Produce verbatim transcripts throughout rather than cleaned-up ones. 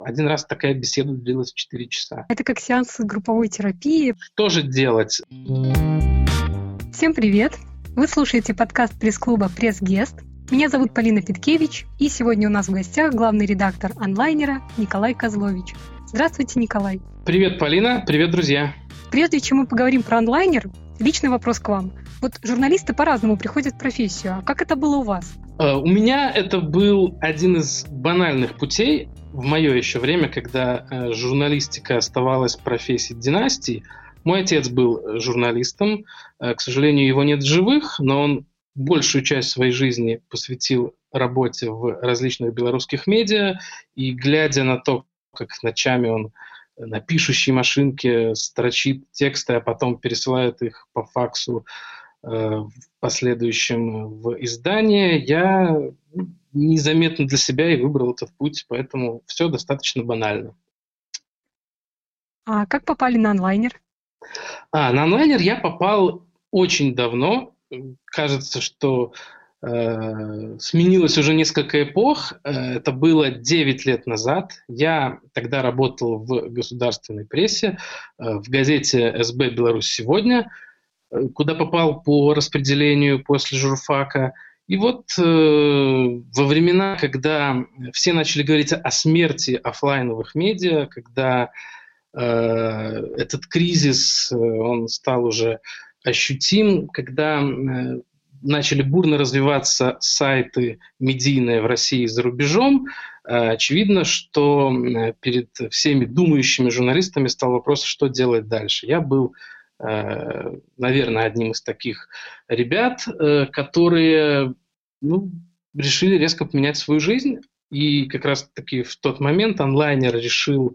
Один раз такая беседа длилась четыре часа. Это как сеанс групповой терапии. Что же делать? Всем привет! Вы слушаете подкаст пресс-клуба «Пресс-гест». Меня зовут Полина Питкевич, и сегодня у нас в гостях главный редактор онлайнера Николай Козлович. Здравствуйте, Николай. Привет, Полина. Привет, друзья. Прежде чем мы поговорим про онлайнер, личный вопрос к вам. Вот журналисты по-разному приходят в профессию. А как это было у вас? У меня это был один из банальных путей в мое еще время, когда журналистика оставалась профессией династии. Мой отец был журналистом. К сожалению, его нет в живых, но он большую часть своей жизни посвятил работе в различных белорусских медиа. И глядя на то, как ночами он на пишущей машинке строчит тексты, а потом пересылает их по факсу э, в последующем в издание, я незаметно для себя и выбрал этот путь, поэтому все достаточно банально. А как попали на онлайнер? А, на онлайнер я попал очень давно. Кажется, что э, сменилось уже несколько эпох. Это было девять лет назад. Я тогда работал в государственной прессе, э, в газете эс бэ «Беларусь сегодня», э, куда попал по распределению после журфака. И вот э, во времена, когда все начали говорить о смерти офлайновых медиа, когда э, этот кризис, э, он стал уже ощутим, когда э, начали бурно развиваться сайты медийные в России и за рубежом, э, очевидно, что э, перед всеми думающими журналистами стал вопрос, что делать дальше. Я был, э, наверное, одним из таких ребят, э, которые ну, решили резко поменять свою жизнь. И как раз-таки в тот момент онлайнер решил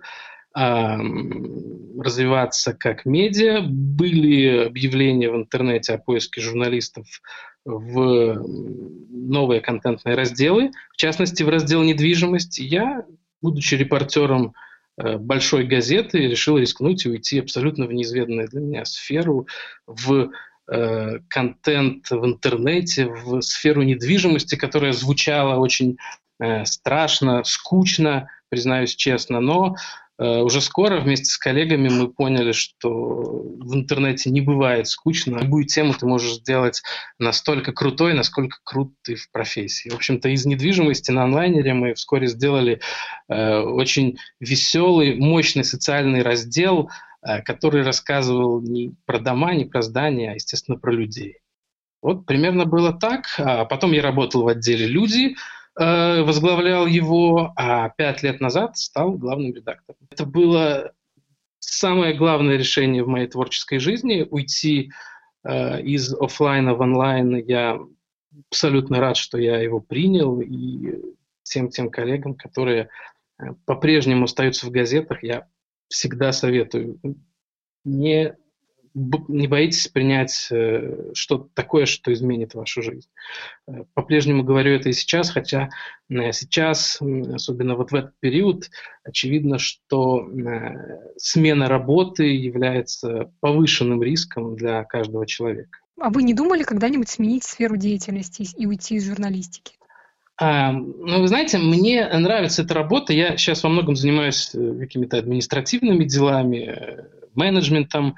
развиваться как медиа. Были объявления в интернете о поиске журналистов в новые контентные разделы, в частности, в раздел «Недвижимость». Я, будучи репортером большой газеты, решил рискнуть и уйти абсолютно в неизведанную для меня сферу, в э, контент в интернете, в сферу недвижимости, которая звучала очень э, страшно, скучно, признаюсь честно, но уже скоро вместе с коллегами мы поняли, что в интернете не бывает скучно. Любую тему ты можешь сделать настолько крутой, насколько крут ты в профессии. В общем-то, из недвижимости на онлайнере мы вскоре сделали э, очень веселый, мощный социальный раздел, э, который рассказывал не про дома, не про здания, а, естественно, про людей. Вот примерно было так. А потом я работал в отделе «Люди», возглавлял его, а пять лет назад стал главным редактором. Это было самое главное решение в моей творческой жизни. Уйти э, из офлайна в онлайн. Я абсолютно рад, что я его принял. И всем тем коллегам, которые по-прежнему остаются в газетах, я всегда советую. Не Не боитесь принять э, что-то такое, что изменит вашу жизнь. По-прежнему говорю это и сейчас, хотя э, сейчас, особенно вот в этот период, очевидно, что э, смена работы является повышенным риском для каждого человека. А вы не думали когда-нибудь сменить сферу деятельности и уйти из журналистики? А, ну, вы знаете, мне нравится эта работа. Я сейчас во многом занимаюсь какими-то административными делами, менеджментом,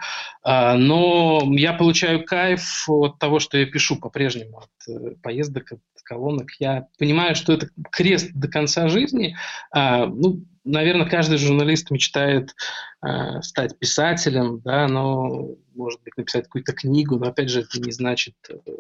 но я получаю кайф от того, что я пишу по-прежнему, от поездок, от колонок. Я понимаю, что это крест до конца жизни. Ну, наверное, каждый журналист мечтает стать писателем, да, но, может быть, написать какую-то книгу, но, опять же, это не значит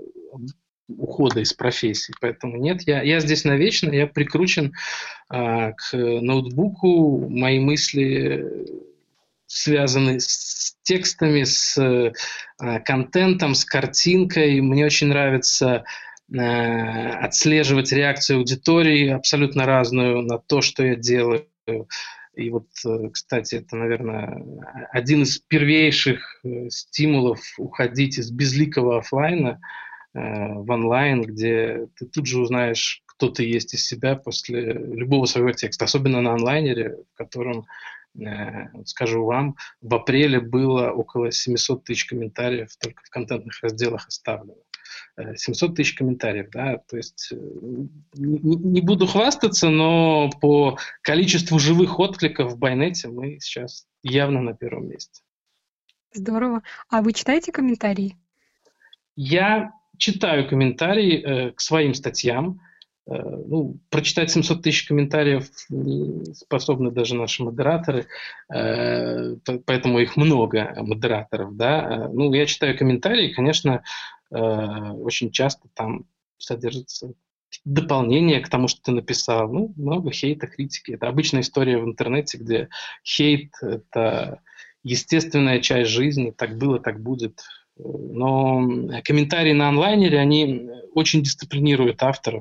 ухода из профессии. Поэтому нет, я, я здесь навечно, я прикручен а, к ноутбуку, мои мысли связаны с текстами, с а, контентом, с картинкой. Мне очень нравится а, отслеживать реакцию аудитории, абсолютно разную на то, что я делаю. И вот, кстати, это, наверное, один из первейших стимулов уходить из безликого офлайна в онлайн, где ты тут же узнаешь, кто ты есть из себя после любого своего текста. Особенно на онлайнере, в котором, скажу вам, в апреле было около семьсот тысяч комментариев только в контентных разделах оставлено. семьсот тысяч комментариев, да, то есть не, не буду хвастаться, но по количеству живых откликов в Байнете мы сейчас явно на первом месте. Здорово. А вы читаете комментарии? Я читаю комментарии э, к своим статьям. Э, ну, прочитать семьсот тысяч комментариев не способны даже наши модераторы, э, поэтому их много, модераторов. Да? Ну, я читаю комментарии, конечно, э, очень часто там содержится дополнение к тому, что ты написал. Ну, много хейта, критики. Это обычная история в интернете, где хейт – это естественная часть жизни. Так было, так будет. Но комментарии на онлайнере, они очень дисциплинируют авторов.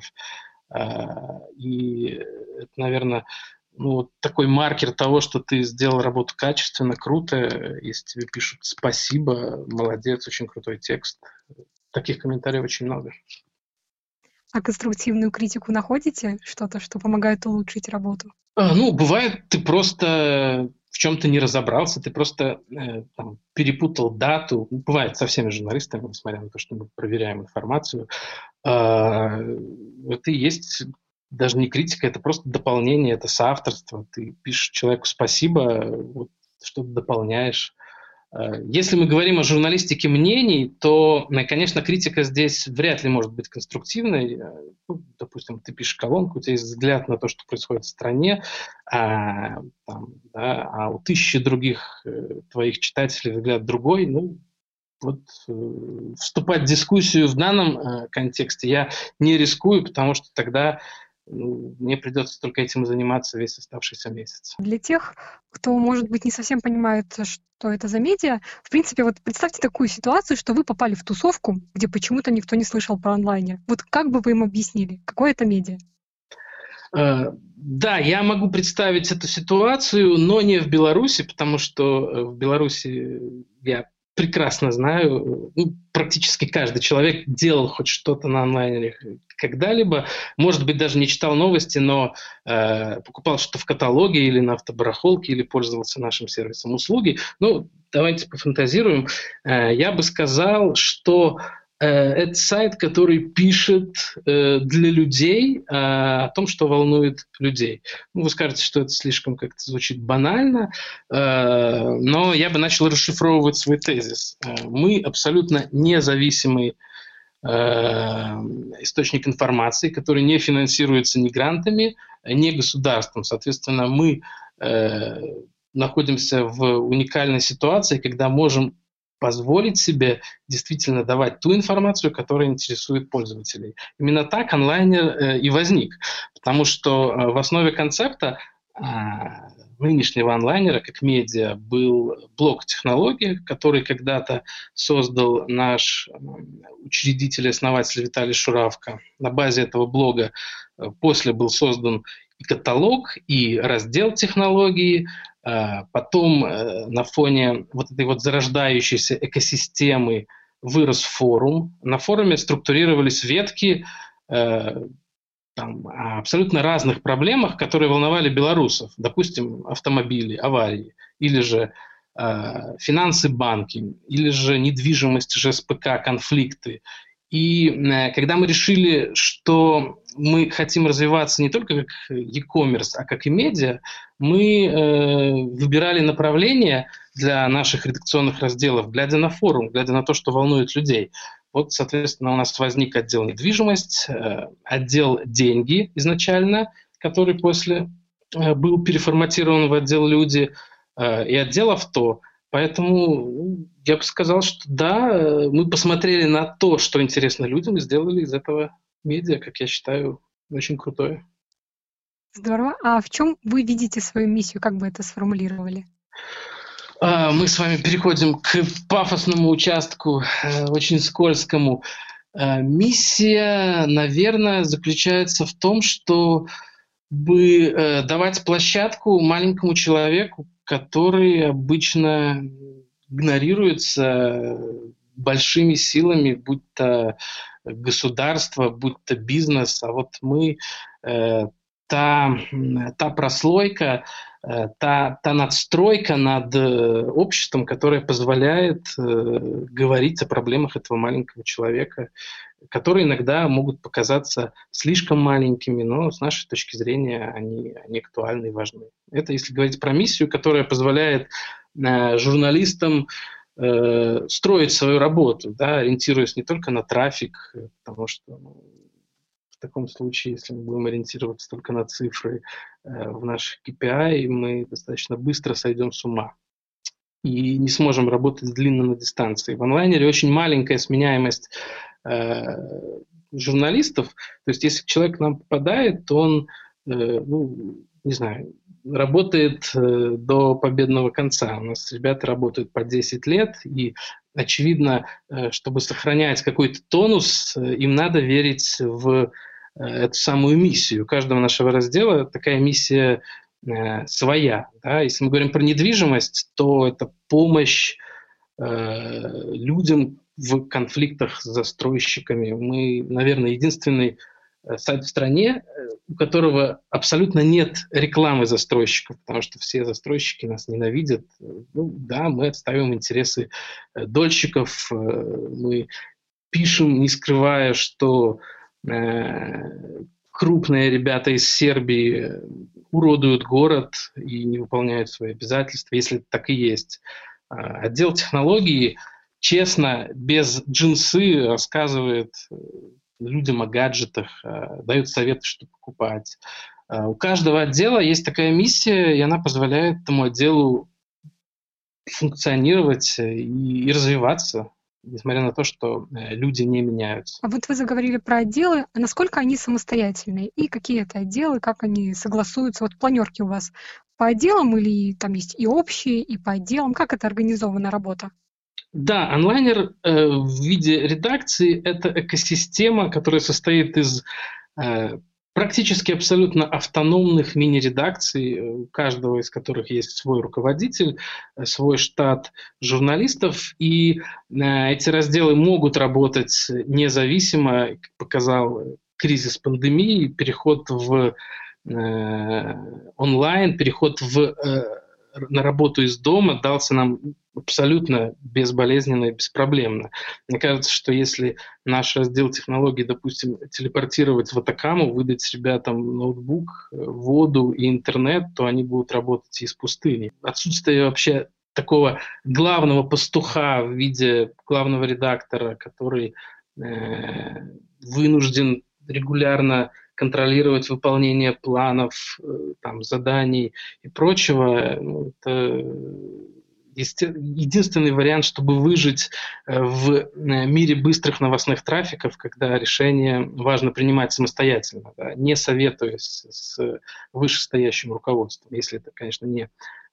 И это, наверное, ну, такой маркер того, что ты сделал работу качественно, круто. Если тебе пишут «спасибо», «молодец», очень крутой текст. Таких комментариев очень много. А конструктивную критику находите? Что-то, что помогает улучшить работу? А, ну, бывает, ты просто в чем-то не разобрался, ты просто э, там, перепутал дату. Бывает со всеми журналистами, несмотря на то, что мы проверяем информацию. А, это и есть даже не критика, это просто дополнение, это соавторство. Ты пишешь человеку спасибо, вот, что-то дополняешь. Если мы говорим о журналистике мнений, то, конечно, критика здесь вряд ли может быть конструктивной. Ну, допустим, ты пишешь колонку, у тебя есть взгляд на то, что происходит в стране, а, там, да, а у тысячи других э, твоих читателей взгляд другой. Ну, вот э, вступать в дискуссию в данном э, контексте я не рискую, потому что тогда ну, мне придется только этим заниматься весь оставшийся месяц. Для тех, кто, может быть, не совсем понимает, что это за медиа, в принципе, вот представьте такую ситуацию, что вы попали в тусовку, где почему-то никто не слышал про онлайнер. Вот как бы вы им объяснили, какое это медиа? Uh, да, я могу представить эту ситуацию, но не в Беларуси, потому что в Беларуси я прекрасно знаю, ну, практически каждый человек делал хоть что-то на онлайнере когда-либо, может быть, даже не читал новости, но э, покупал что-то в каталоге или на автобарахолке, или пользовался нашим сервисом услуги. Ну, давайте пофантазируем. Э, я бы сказал, что это сайт, который пишет э, для людей э, о том, что волнует людей. Ну, вы скажете, что это слишком как-то звучит банально, э, но я бы начал расшифровывать свой тезис. Э, мы абсолютно независимый э, источник информации, который не финансируется ни грантами, ни государством. Соответственно, мы э, находимся в уникальной ситуации, когда можем позволить себе действительно давать ту информацию, которая интересует пользователей. Именно так онлайнер э, и возник, потому что э, в основе концепта э, нынешнего онлайнера, как медиа, был блок технологий, который когда-то создал наш э, учредитель и основатель Виталий Шуравко. На базе этого блога э, после был создан и каталог, и раздел технологии. Потом на фоне вот этой вот зарождающейся экосистемы вырос форум. На форуме структурировались ветки э, там, о абсолютно разных проблемах, которые волновали белорусов. Допустим, автомобили, аварии, или же э, финансы, банки, или же недвижимость, ЖСПК, конфликты. И э, когда мы решили, что мы хотим развиваться не только как e-commerce, а как и медиа, мы э, выбирали направления для наших редакционных разделов, глядя на форум, глядя на то, что волнует людей. Вот, соответственно, у нас возник отдел недвижимость, э, отдел деньги изначально, который после э, был переформатирован в отдел люди, э, и отдел авто. Поэтому я бы сказал, что да, мы посмотрели на то, что интересно людям, и сделали из этого медиа, как я считаю, очень крутое. Здорово. А в чем вы видите свою миссию? Как бы это сформулировали? Мы с вами переходим к пафосному участку, очень скользкому. Миссия, наверное, заключается в том, чтобы давать площадку маленькому человеку, который обычно игнорируется большими силами, будь то государство, будь то бизнес. А вот мы э, та, та прослойка, э, та, та надстройка над э, обществом, которая позволяет э, говорить о проблемах этого маленького человека которые иногда могут показаться слишком маленькими, но с нашей точки зрения они, они актуальны и важны. Это если говорить про миссию, которая позволяет э, журналистам э, строить свою работу, да, ориентируясь не только на трафик, потому что ну, в таком случае, если мы будем ориентироваться только на цифры э, в наших кей пи ай, мы достаточно быстро сойдем с ума и не сможем работать длинно на дистанции. В онлайнере очень маленькая сменяемость э, журналистов. То есть, если человек к нам попадает, то он, э, ну, не знаю, работает э, до победного конца. У нас ребята работают по десять лет, и очевидно, э, чтобы сохранять какой-то тонус, э, им надо верить в э, эту самую миссию. У каждого нашего раздела такая миссия своя. Да? Если мы говорим про недвижимость, то это помощь э, людям в конфликтах с застройщиками. Мы, наверное, единственный сайт в стране, у которого абсолютно нет рекламы застройщиков, потому что все застройщики нас ненавидят. Ну, да, мы отстаиваем интересы дольщиков, мы пишем, не скрывая, что э, крупные ребята из Сербии уродуют город и не выполняют свои обязательства, если так и есть. Отдел технологий честно, без джинсы рассказывает людям о гаджетах, дает советы, что покупать. У каждого отдела есть такая миссия, и она позволяет этому отделу функционировать и, и развиваться, несмотря на то, что люди не меняются. А вот вы заговорили про отделы, а насколько они самостоятельные? И какие это отделы, как они согласуются? Вот планерки у вас по отделам или там есть и общие, и по отделам? Как это организована работа? Да, онлайнер э, в виде редакции – это экосистема, которая состоит из э, практически абсолютно автономных мини-редакций, у каждого из которых есть свой руководитель, свой штат журналистов, и э, эти разделы могут работать независимо, как показал кризис пандемии, переход в э, онлайн, переход в, э, на работу из дома дался нам абсолютно безболезненно и беспроблемно. Мне кажется, что если наш раздел технологий, допустим, телепортировать в Атакаму, выдать ребятам ноутбук, воду и интернет, то они будут работать из пустыни. Отсутствие вообще такого главного пастуха в виде главного редактора, который э, вынужден регулярно контролировать выполнение планов, э, там, заданий и прочего, ну, это единственный вариант, чтобы выжить в мире быстрых новостных трафиков, когда решение важно принимать самостоятельно, да, не советуясь с вышестоящим руководством, если это, конечно, не,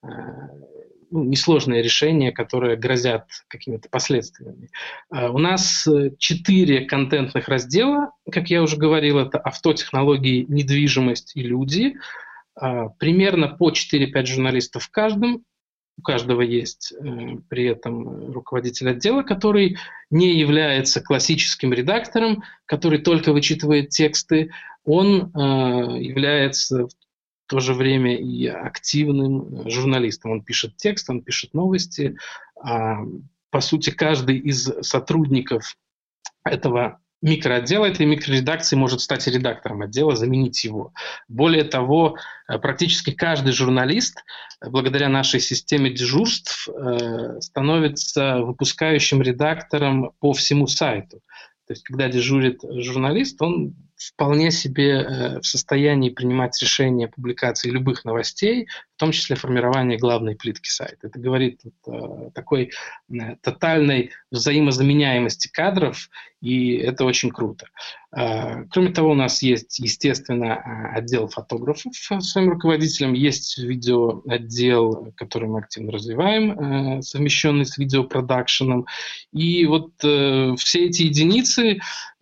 ну, несложные решения, которые грозят какими-то последствиями. У нас четыре контентных раздела, как я уже говорил, это авто, технологии, недвижимость и люди. Примерно по четыре-пять журналистов в каждом. У каждого есть э, при этом руководитель отдела, который не является классическим редактором, который только вычитывает тексты. Он э, является в то же время и активным журналистом. Он пишет текст, он пишет новости. А, по сути, каждый из сотрудников этого микроотдела, этой микроредакции может стать редактором отдела, заменить его. Более того, практически каждый журналист, благодаря нашей системе дежурств, становится выпускающим редактором по всему сайту. То есть, когда дежурит журналист, он вполне себе в состоянии принимать решения о публикации любых новостей, в том числе формирование главной плитки сайта. Это говорит о такой тотальной взаимозаменяемости кадров, и это очень круто. Кроме того, у нас есть, естественно, отдел фотографов с своим руководителем, есть видеоотдел, который мы активно развиваем, совмещенный с видеопродакшеном. И вот все эти единицы,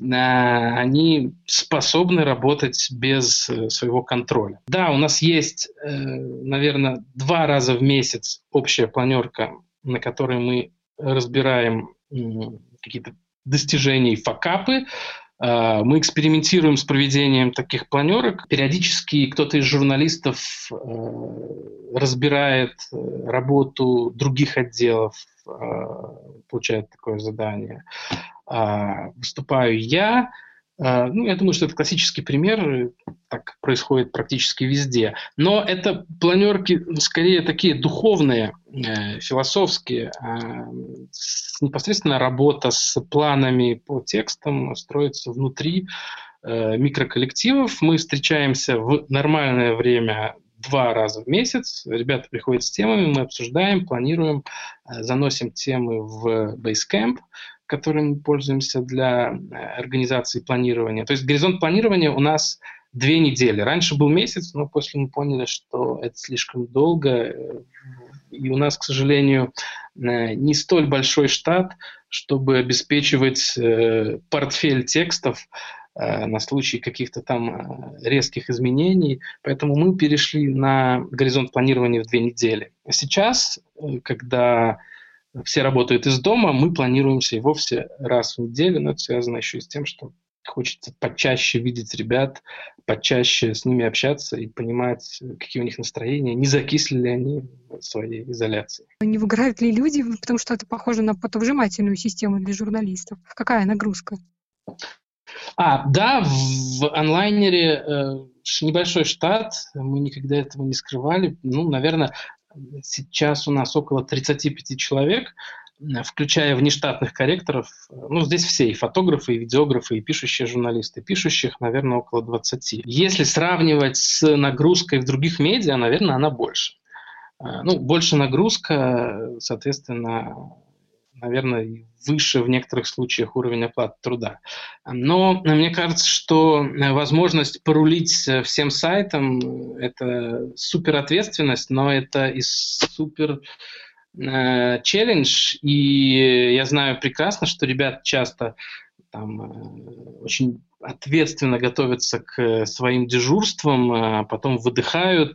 они способны работать без своего контроля. Да, у нас есть, наверное, два раза в месяц общая планерка, на которой мы разбираем какие-то достижения и факапы. Мы экспериментируем с проведением таких планерок. Периодически кто-то из журналистов разбирает работу других отделов, получает такое задание. А, выступаю я. А, ну, я думаю, что это классический пример, так происходит практически везде. Но это планерки скорее такие духовные, э, философские. А, с, непосредственно работа с планами по текстам строится внутри э, микроколлективов. Мы встречаемся в нормальное время два раза в месяц. Ребята приходят с темами, мы обсуждаем, планируем, э, заносим темы в Basecamp, которым мы пользуемся для организации планирования. То есть горизонт планирования у нас две недели. Раньше был месяц, но после мы поняли, что это слишком долго. И у нас, к сожалению, не столь большой штат, чтобы обеспечивать портфель текстов на случай каких-то там резких изменений. Поэтому мы перешли на горизонт планирования в две недели. Сейчас, когда все работают из дома, мы планируемся и вовсе раз в неделю, но это связано еще и с тем, что хочется почаще видеть ребят, почаще с ними общаться и понимать, какие у них настроения, не закисли ли они в своей изоляции. Не выгорают ли люди, потому что это похоже на потовжимательную систему для журналистов? Какая нагрузка? А, да, в онлайнере э, небольшой штат, мы никогда этого не скрывали. Ну, наверное, сейчас у нас около тридцать пять человек, включая внештатных корректоров. Ну, здесь все, и фотографы, и видеографы, и пишущие журналисты. Пишущих, наверное, около двадцати. Если сравнивать с нагрузкой в других медиа, наверное, она больше. Ну, больше нагрузка, соответственно, наверное, выше в некоторых случаях уровень оплаты труда. Но мне кажется, что возможность порулить всем сайтом – это супер ответственность, но это и супер челлендж. И я знаю прекрасно, что ребята часто там очень ответственно готовятся к своим дежурствам, а потом выдыхают,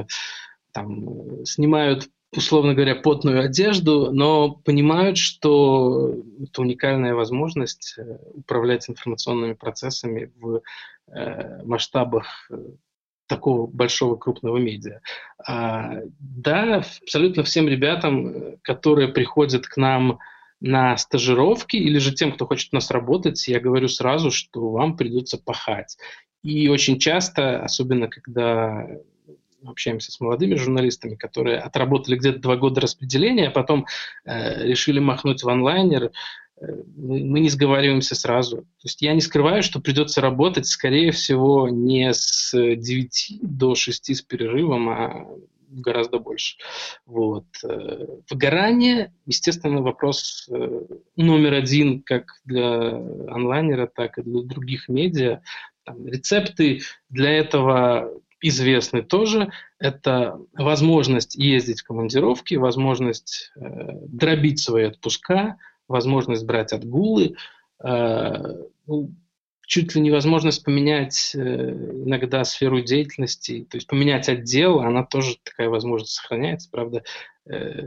там, снимают, условно говоря, потную одежду, но понимают, что это уникальная возможность управлять информационными процессами в э, масштабах такого большого крупного медиа. А, да, абсолютно всем ребятам, которые приходят к нам на стажировки, или же тем, кто хочет у нас работать, я говорю сразу, что вам придется пахать. И очень часто, особенно когда общаемся с молодыми журналистами, которые отработали где-то два года распределения, а потом э, решили махнуть в онлайнер, э, мы, мы не сговариваемся сразу. То есть я не скрываю, что придется работать, скорее всего, не с девяти до шести с перерывом, а гораздо больше. Вот. Выгорание, естественно, вопрос номер один как для онлайнера, так и для других медиа. Там, рецепты для этого известны тоже. Это возможность ездить в командировки, возможность э, дробить свои отпуска, возможность брать отгулы, э, ну, чуть ли невозможность поменять э, иногда сферу деятельности, то есть поменять отдел, она тоже такая возможность сохраняется. Правда, э,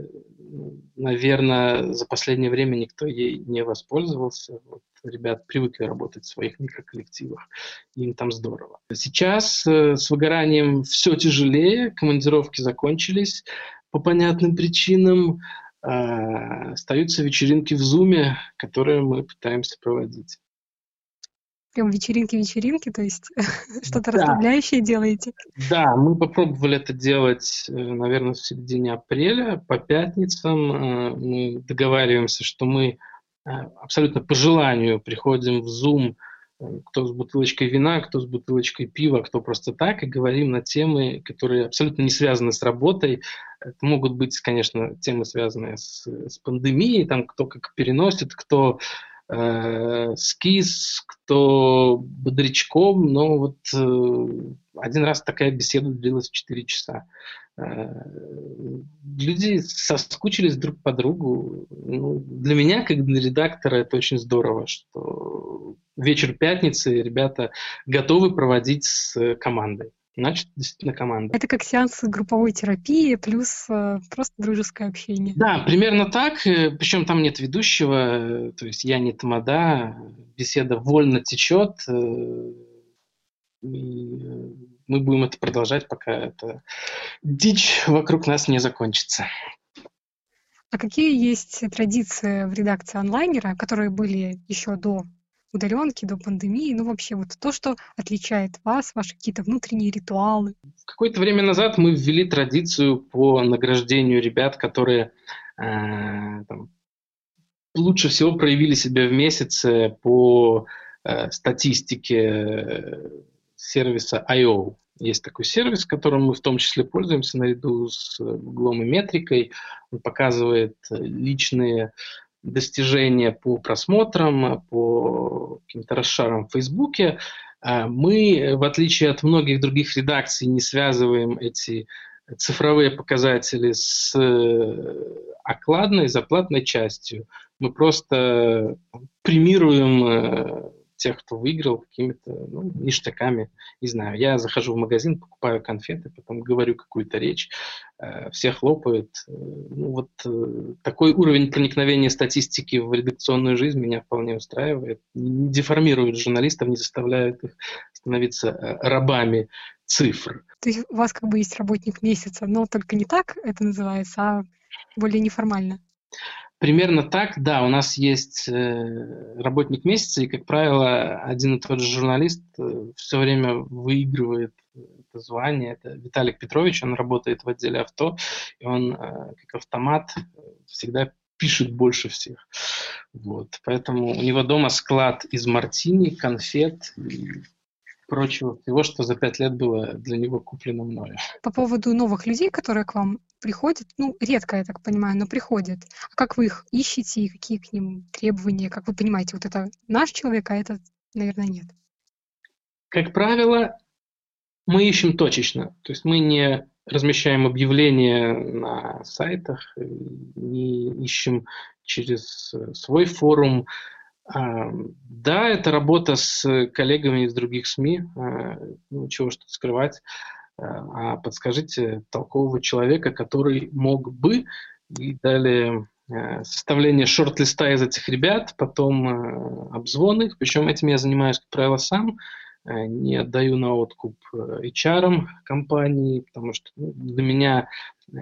наверное, за последнее время никто ей не воспользовался. Вот, ребят привыкли работать в своих микроколлективах, им там здорово. Сейчас э, с выгоранием все тяжелее, командировки закончились по понятным причинам, э, остаются вечеринки в Zoom, которые мы пытаемся проводить. Прям вечеринки-вечеринки, то есть что-то да. расслабляющее делаете? Да, мы попробовали это делать, наверное, в середине апреля. По пятницам мы договариваемся, что мы абсолютно по желанию приходим в Zoom, кто с бутылочкой вина, кто с бутылочкой пива, кто просто так, и говорим на темы, которые абсолютно не связаны с работой. Это могут быть, конечно, темы, связанные с, с пандемией, там, кто как переносит, кто э, скис, кто бодрячком, но вот э, один раз такая беседа длилась четыре часа. Люди соскучились друг по другу. Ну, для меня, как для редактора, это очень здорово, что вечер пятницы ребята готовы проводить с командой. Значит, действительно команда. Это как сеанс групповой терапии плюс э, просто дружеское общение. Да, примерно так. Причем там нет ведущего, то есть я не тамада, беседа вольно течет. И мы будем это продолжать, пока эта дичь вокруг нас не закончится. А какие есть традиции в редакции онлайнера, которые были еще до удаленки, до пандемии? Ну, вообще, вот то, что отличает вас, ваши какие-то внутренние ритуалы. Какое-то время назад мы ввели традицию по награждению ребят, которые э, там, лучше всего проявили себя в месяце по э, статистике э, сервиса ай о. Есть такой сервис, которым мы в том числе пользуемся наряду с Гуглом и Метрикой. Он показывает личные достижения по просмотрам, по каким-то расшарам в Фейсбуке. Мы, в отличие от многих других редакций, не связываем эти цифровые показатели с окладной, зарплатной частью. Мы просто премируем тех, кто выиграл какими-то ну, ништяками. Не знаю, я захожу в магазин, покупаю конфеты, потом говорю какую-то речь, э, все хлопают. Ну, вот э, такой уровень проникновения статистики в редакционную жизнь меня вполне устраивает. Не деформирует журналистов, не заставляет их становиться э, рабами цифр. То есть у вас как бы есть работник месяца, но только не так это называется, а более неформально. Примерно так, да, у нас есть э, работник месяца, и, как правило, один и тот же журналист э, все время выигрывает это звание. Это Виталик Петрович, он работает в отделе авто, и он, э, как автомат, всегда пишет больше всех. Вот. Поэтому у него дома склад из мартини, конфет и прочего всего, что за пять лет было для него куплено мною. По поводу новых людей, которые к вам приходят, ну, редко, я так понимаю, но приходят. А как вы их ищете и какие к ним требования? Как вы понимаете, вот это наш человек, а это, наверное, нет? Как правило, мы ищем точечно. То есть мы не размещаем объявления на сайтах, не ищем через свой форум. Да, это работа с коллегами из других СМИ, ну, чего что скрывать. А подскажите толкового человека, который мог бы, и далее составление шорт-листа из этих ребят, потом обзвон их, причем этим я занимаюсь, как правило, сам, не отдаю на откуп эйч ар компании, потому что ну, для меня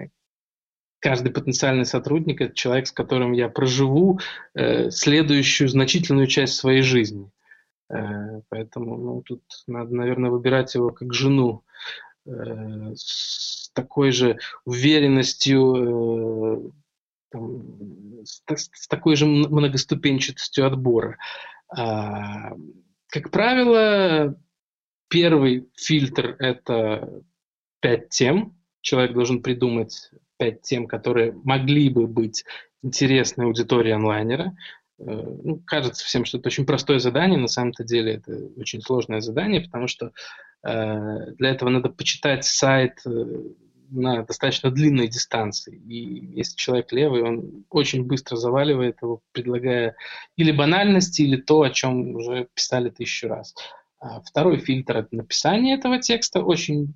каждый потенциальный сотрудник – это человек, с которым я проживу э, следующую значительную часть своей жизни. Э, поэтому ну, тут надо, наверное, выбирать его как жену э, с такой же уверенностью, э, там, с, с такой же многоступенчатостью отбора. А, как правило, первый фильтр – это пять тем. Человек должен придумать пять тем, которые могли бы быть интересны аудитории онлайнера. Ну, кажется всем, что это очень простое задание. На самом-то деле это очень сложное задание, потому что э, для этого надо почитать сайт на достаточно длинной дистанции. И если человек левый, он очень быстро заваливает его, предлагая или банальности, или то, о чем уже писали тысячу раз. А второй фильтр – это написание этого текста. Очень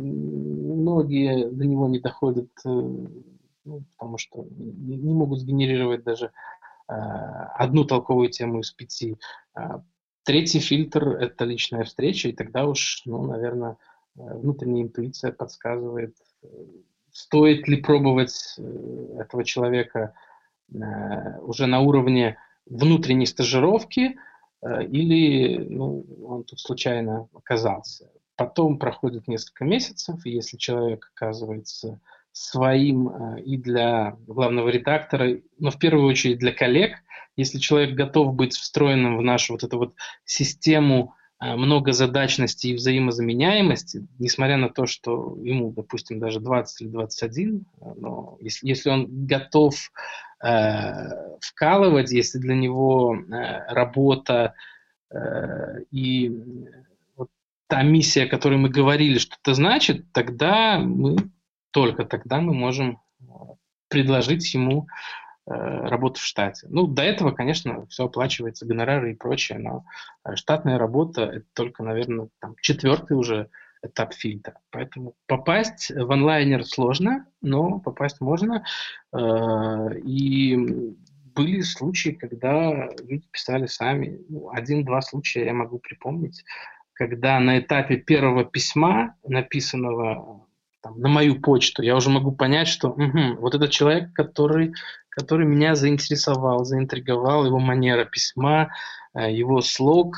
многие до него не доходят, ну, потому что не, не могут сгенерировать даже э, одну толковую тему из пяти. А третий фильтр – это личная встреча, и тогда уж, ну, наверное, внутренняя интуиция подсказывает, стоит ли пробовать этого человека э, уже на уровне внутренней стажировки, э, или ну, он тут случайно оказался. Потом проходит несколько месяцев, и если человек оказывается своим э, и для главного редактора, но в первую очередь для коллег, если человек готов быть встроенным в нашу вот эту вот систему э, многозадачности и взаимозаменяемости, несмотря на то, что ему, допустим, даже двадцать или двадцать один, но если, если он готов э, вкалывать, если для него э, работа э, и та миссия, о которой мы говорили, что-то значит, тогда мы, только тогда мы можем предложить ему э, работу в штате. Ну, до этого, конечно, все оплачивается, гонорары и прочее, но штатная работа – это только, наверное, там, четвертый уже этап фильтра. Поэтому попасть в онлайнер сложно, но попасть можно. Э, и были случаи, когда люди писали сами. Ну, один-два случая я могу припомнить, когда на этапе первого письма, написанного там, на мою почту, я уже могу понять, что угу, вот этот человек, который, который меня заинтересовал, заинтриговал, его манера письма, его слог,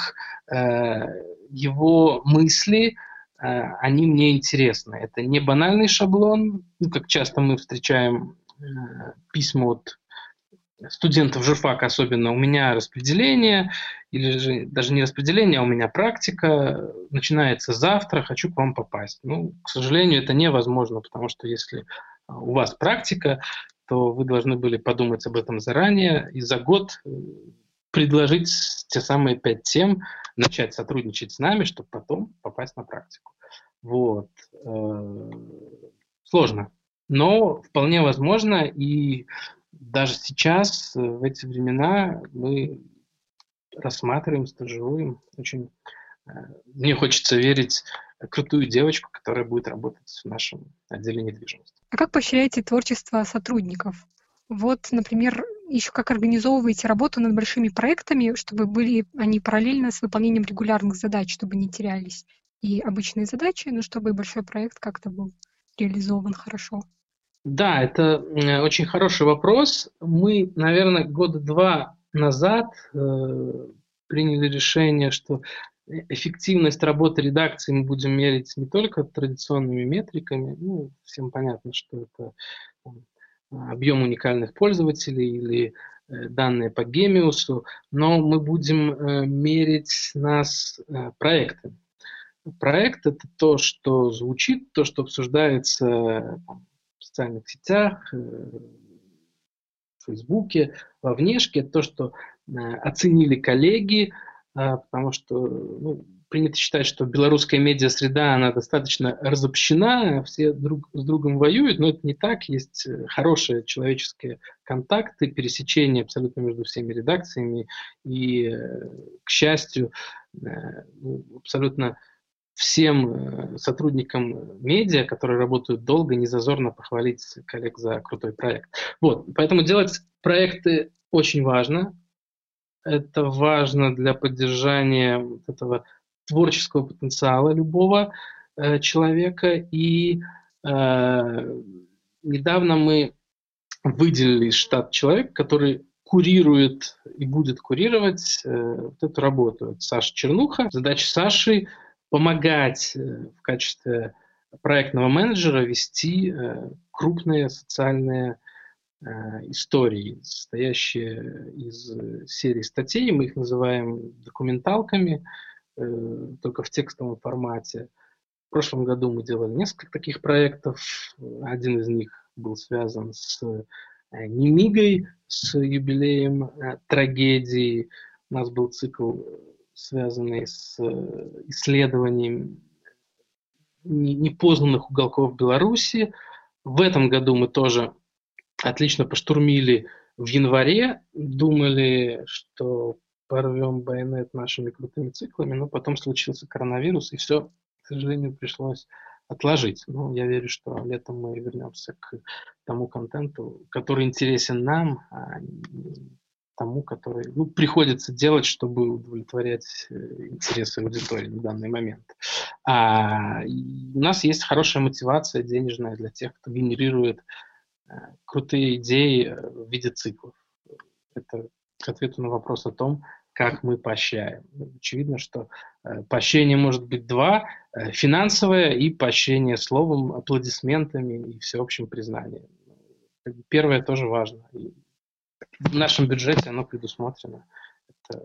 его мысли, они мне интересны. Это не банальный шаблон, ну, как часто мы встречаем письма от студентов журфака, особенно. У меня распределение, или же даже не распределение, а у меня практика, начинается завтра, хочу к вам попасть. Ну, к сожалению, это невозможно, потому что если у вас практика, то вы должны были подумать об этом заранее и за год предложить те самые пять тем, начать сотрудничать с нами, чтобы потом попасть на практику. Вот. Сложно, но вполне возможно, и даже сейчас, в эти времена, мы рассматриваем, стажируем очень, мне хочется верить, крутую девочку, которая будет работать в нашем отделе недвижимости. А как поощряете творчество сотрудников? Вот, например, еще как организовываете работу над большими проектами, чтобы были они параллельно с выполнением регулярных задач, чтобы не терялись и обычные задачи, но чтобы и большой проект как-то был реализован хорошо? Да, это очень хороший вопрос. Мы, наверное, года два назад э, приняли решение, что эффективность работы редакции мы будем мерить не только традиционными метриками, ну, всем понятно, что это объем уникальных пользователей или данные по Гемиусу, но мы будем мерить нас проектами. Проект – это то, что звучит, то, что обсуждается в социальных сетях, в Фейсбуке, во внешке, то, что оценили коллеги, потому что ну, принято считать, что белорусская медиа-среда, она достаточно разобщена, все друг с другом воюют, но это не так. Есть хорошие человеческие контакты, пересечения абсолютно между всеми редакциями. И, к счастью, абсолютно всем сотрудникам медиа, которые работают долго, не зазорно похвалить коллег за крутой проект. Вот, поэтому делать проекты очень важно. Это важно для поддержания вот этого творческого потенциала любого э, человека. И э, недавно мы выделили штат человек, который курирует и будет курировать э, вот эту работу. Это Саша Чернуха. Задача Саши – помогать э, в качестве проектного менеджера вести э, крупные социальные истории, состоящие из серии статей. Мы их называем документалками, э, только в текстовом формате. В прошлом году мы делали несколько таких проектов. Один из них был связан с Немигой, с юбилеем э, трагедии. У нас был цикл, связанный с исследованием непознанных уголков Беларуси. В этом году мы тоже отлично поштурмили в январе, думали, что порвем байонет нашими крутыми циклами, но потом случился коронавирус, и все, к сожалению, пришлось отложить. Но я верю, что летом мы вернемся к тому контенту, который интересен нам, а не тому, который ну, приходится делать, чтобы удовлетворять интересы аудитории в данный момент. А у нас есть хорошая мотивация денежная для тех, кто генерирует крутые идеи в виде циклов. Это к ответу на вопрос о том, как мы поощряем. Очевидно, что поощрение может быть два. Финансовое и поощрение словом, аплодисментами и всеобщим признанием. Первое тоже важно. И в нашем бюджете оно предусмотрено. Это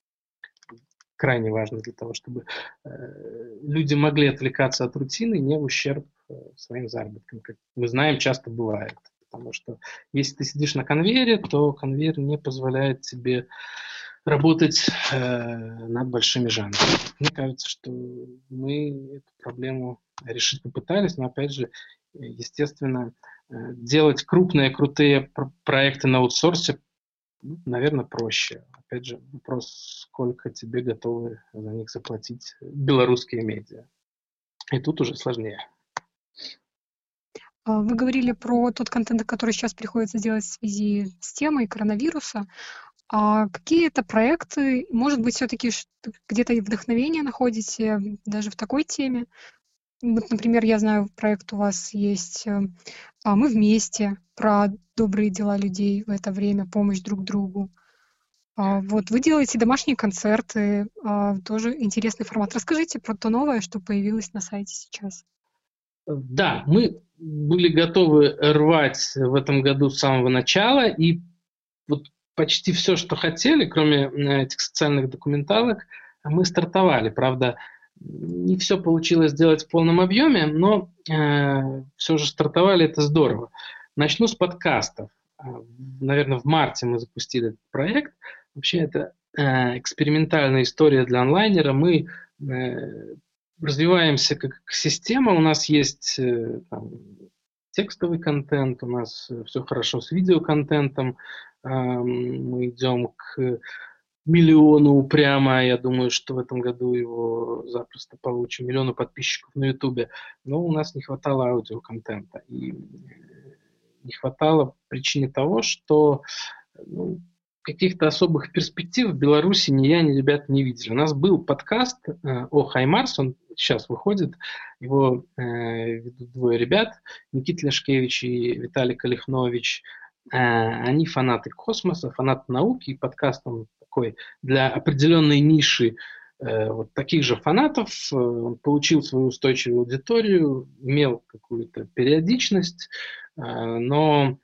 крайне важно для того, чтобы люди могли отвлекаться от рутины не в ущерб своим заработкам, как мы знаем, часто бывает. Потому что если ты сидишь на конвейере, то конвейер не позволяет тебе работать э, над большими жанрами. Мне кажется, что мы эту проблему решить попытались, но опять же, естественно, делать крупные, крутые проекты на аутсорсе, ну, наверное, проще. Опять же, вопрос, сколько тебе готовы за них заплатить белорусские медиа. И тут уже сложнее. Вы говорили про тот контент, который сейчас приходится делать в связи с темой коронавируса. А какие это проекты? Может быть, все-таки где-то и вдохновение находите даже в такой теме? Вот, например, я знаю, проект у вас есть а, «Мы вместе», про добрые дела людей в это время, помощь друг другу. А, вот вы делаете домашние концерты, а, тоже интересный формат. Расскажите про то новое, что появилось на сайте сейчас. Да, мы были готовы рвать в этом году с самого начала, и вот почти все, что хотели, кроме этих социальных документалок, мы стартовали. Правда, не все получилось сделать в полном объеме, но э, все же стартовали, это здорово. Начну с подкастов. Наверное, в марте мы запустили этот проект. Вообще, это э, экспериментальная история для онлайнера. Мы э, развиваемся как система. У нас есть э, там, текстовый контент, у нас все хорошо с видеоконтентом. Э, мы идем к миллиону прямо. Я думаю, что в этом году его запросто получим. Миллиону подписчиков на Ютубе. Но у нас не хватало аудиоконтента. И не хватало по причине того, что ну, каких-то особых перспектив в Беларуси ни я, ни ребята не видели. У нас был подкаст э, о Хаймарс, он сейчас выходит, его э, ведут двое ребят, Никита Ляшкевич и Виталий Калихнович. Э, они фанаты космоса, фанаты науки, и подкаст он такой для определенной ниши э, вот таких же фанатов. Он получил свою устойчивую аудиторию, имел какую-то периодичность, э, но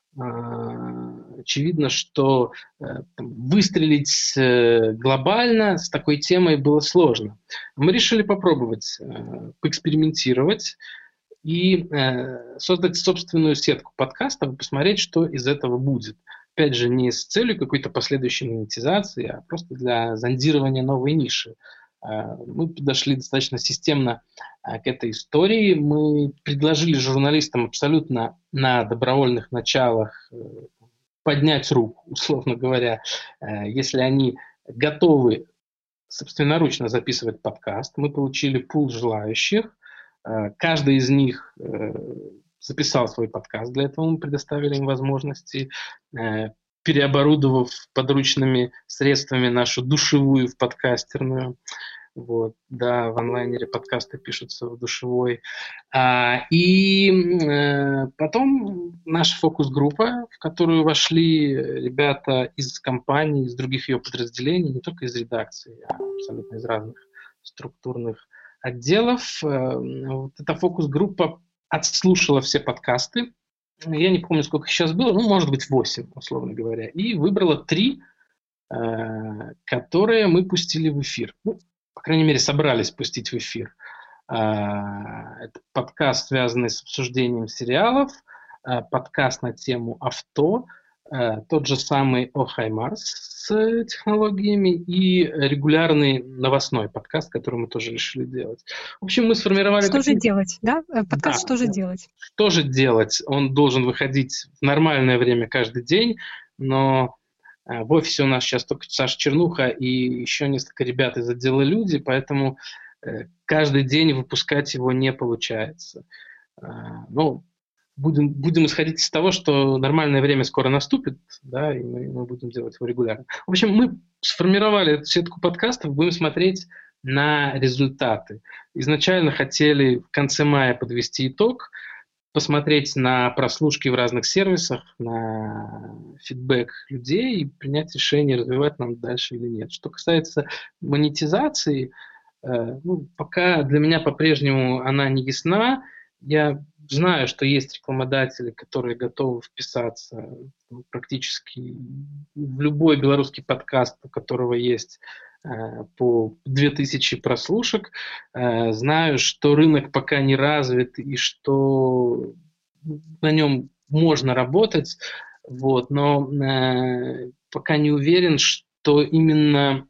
очевидно, что выстрелить глобально с такой темой было сложно. Мы решили попробовать поэкспериментировать и создать собственную сетку подкастов и посмотреть, что из этого будет. Опять же, не с целью какой-то последующей монетизации, а просто для зондирования новой ниши. Мы подошли достаточно системно к этой истории. Мы предложили журналистам абсолютно на добровольных началах поднять руку, условно говоря, если они готовы собственноручно записывать подкаст. Мы получили пул желающих. Каждый из них записал свой подкаст. Для этого мы предоставили им возможности, переоборудовав подручными средствами нашу душевую в подкастерную. Вот, да, в онлайнере подкасты пишутся в душевой. А, и э, потом наша фокус-группа, в которую вошли ребята из компании, из других ее подразделений, не только из редакции, а абсолютно из разных структурных отделов. Э, вот эта фокус-группа отслушала все подкасты. Я не помню, сколько сейчас было, ну, может быть, восемь, условно говоря. И выбрала три, э, которые мы пустили в эфир. Ну, по крайней мере, собрались пустить в эфир. Это подкаст, связанный с обсуждением сериалов, подкаст на тему авто, тот же самый о Хаймарс с технологиями и регулярный новостной подкаст, который мы тоже решили делать. В общем, мы сформировали... Что такие... же делать, да? Подкаст да, «Что же делать»? Что же делать? Он должен выходить в нормальное время каждый день, но... В офисе у нас сейчас только Саша Чернуха и еще несколько ребят из отдела «Люди», поэтому каждый день выпускать его не получается. Ну, будем, будем исходить из того, что нормальное время скоро наступит, да, и мы, мы будем делать его регулярно. В общем, мы сформировали эту сетку подкастов, будем смотреть на результаты. Изначально хотели в конце мая подвести итог, посмотреть на прослушки в разных сервисах, на фидбэк людей и принять решение, развивать нам дальше или нет. Что касается монетизации, э, ну, пока для меня по-прежнему она не ясна. Я знаю, что есть рекламодатели, которые готовы вписаться ну, практически в любой белорусский подкаст, у которого есть по две тысячи прослушек. Знаю, что рынок пока не развит и что на нем можно работать, вот, но пока не уверен, что именно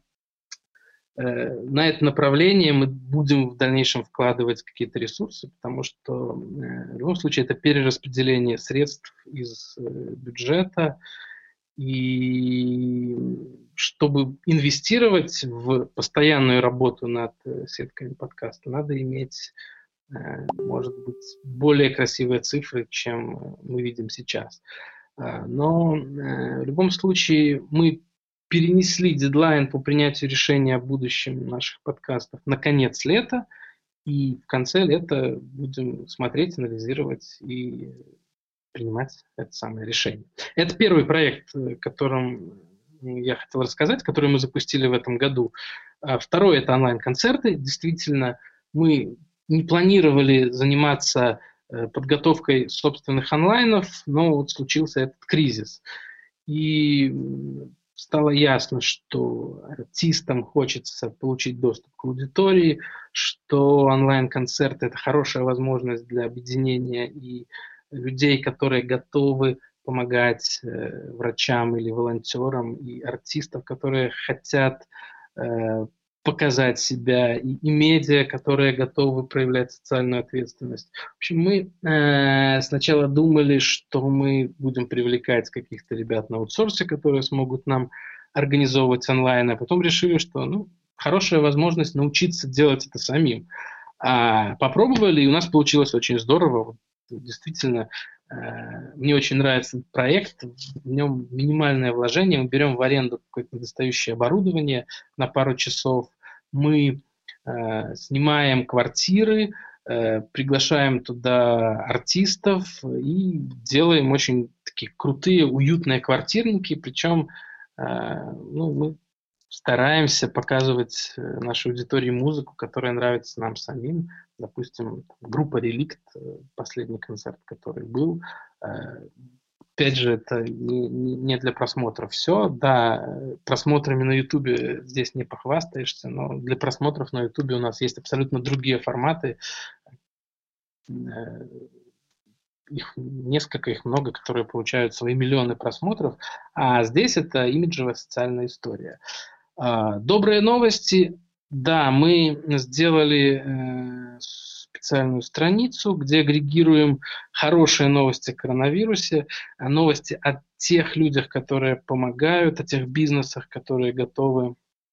на это направление мы будем в дальнейшем вкладывать какие-то ресурсы, потому что в любом случае это перераспределение средств из бюджета. И чтобы инвестировать в постоянную работу над сетками подкаста, надо иметь, может быть, более красивые цифры, чем мы видим сейчас. Но в любом случае мы перенесли дедлайн по принятию решения о будущем наших подкастов на конец лета. И в конце лета будем смотреть, анализировать и принимать это самое решение. Это первый проект, о котором я хотел рассказать, который мы запустили в этом году. А второй – это онлайн-концерты. Действительно, мы не планировали заниматься подготовкой собственных онлайнов, но вот случился этот кризис. И стало ясно, что артистам хочется получить доступ к аудитории, что онлайн-концерты – это хорошая возможность для объединения и людей, которые готовы помогать э, врачам или волонтерам, и артистов, которые хотят э, показать себя, и, и медиа, которые готовы проявлять социальную ответственность. В общем, мы э, сначала думали, что мы будем привлекать каких-то ребят на аутсорсе, которые смогут нам организовывать онлайн, а потом решили, что ну, хорошая возможность научиться делать это самим. А попробовали, и у нас получилось очень здорово. Действительно, мне очень нравится этот проект, в нем минимальное вложение, мы берем в аренду какое-то недостающее оборудование на пару часов, мы э, снимаем квартиры, э, приглашаем туда артистов и делаем очень такие крутые, уютные квартирники, причем э, ну, мы стараемся показывать нашей аудитории музыку, которая нравится нам самим. Допустим, группа «Реликт», последний концерт, который был. Опять же, это не, не для просмотра все. Да, просмотрами на Ютубе здесь не похвастаешься, но для просмотров на Ютубе у нас есть абсолютно другие форматы. Их несколько, их много, которые получают свои миллионы просмотров. А здесь это имиджевая социальная история. Добрые новости. Да, мы сделали э, специальную страницу, где агрегируем хорошие новости о коронавирусе, новости о тех людях, которые помогают, о тех бизнесах, которые готовы э,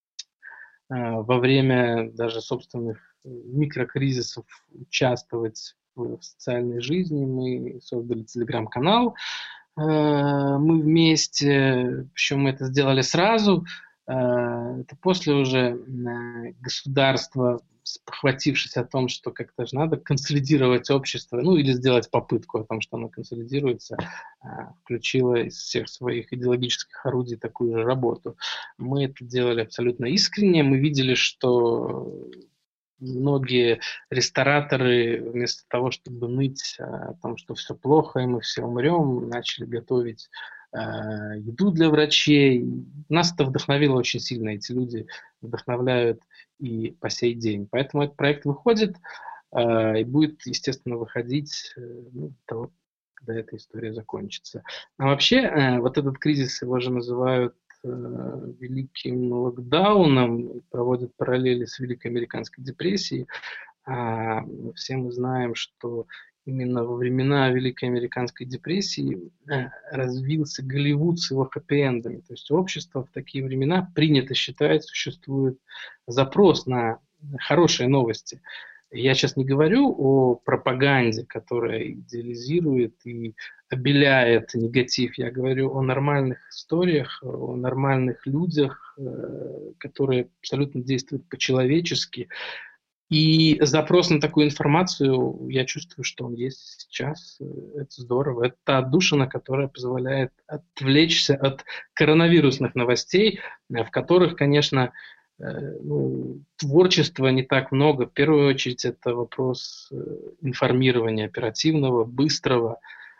во время даже собственных микрокризисов участвовать в социальной жизни. Мы создали телеграм-канал, э, мы вместе, причем мы это сделали сразу. Это после уже государства, спохватившись о том, что как-то же надо консолидировать общество, ну или сделать попытку о том, что оно консолидируется, включила из всех своих идеологических орудий такую же работу. Мы это делали абсолютно искренне. Мы видели, что многие рестораторы вместо того, чтобы ныть о том, что все плохо и мы все умрем, начали готовить еду для врачей. Нас это вдохновило очень сильно. Эти люди вдохновляют и по сей день. Поэтому этот проект выходит э, и будет, естественно, выходить э, ну, до того, когда эта история закончится. А вообще, э, вот этот кризис, его же называют э, великим локдауном, проводят параллели с Великой Американской депрессией. А все мы знаем, что именно во времена Великой Американской депрессии развился Голливуд с его хэппи-эндами. То есть общество в такие времена принято считать, существует запрос на хорошие новости. Я сейчас не говорю о пропаганде, которая идеализирует и обеляет негатив. Я говорю о нормальных историях, о нормальных людях, которые абсолютно действуют по-человечески. И запрос на такую информацию, я чувствую, что он есть сейчас. Это здорово. Это та отдушина, которая позволяет отвлечься от коронавирусных новостей, в которых, конечно, ну, творчества не так много. В первую очередь это вопрос информирования оперативного, быстрого.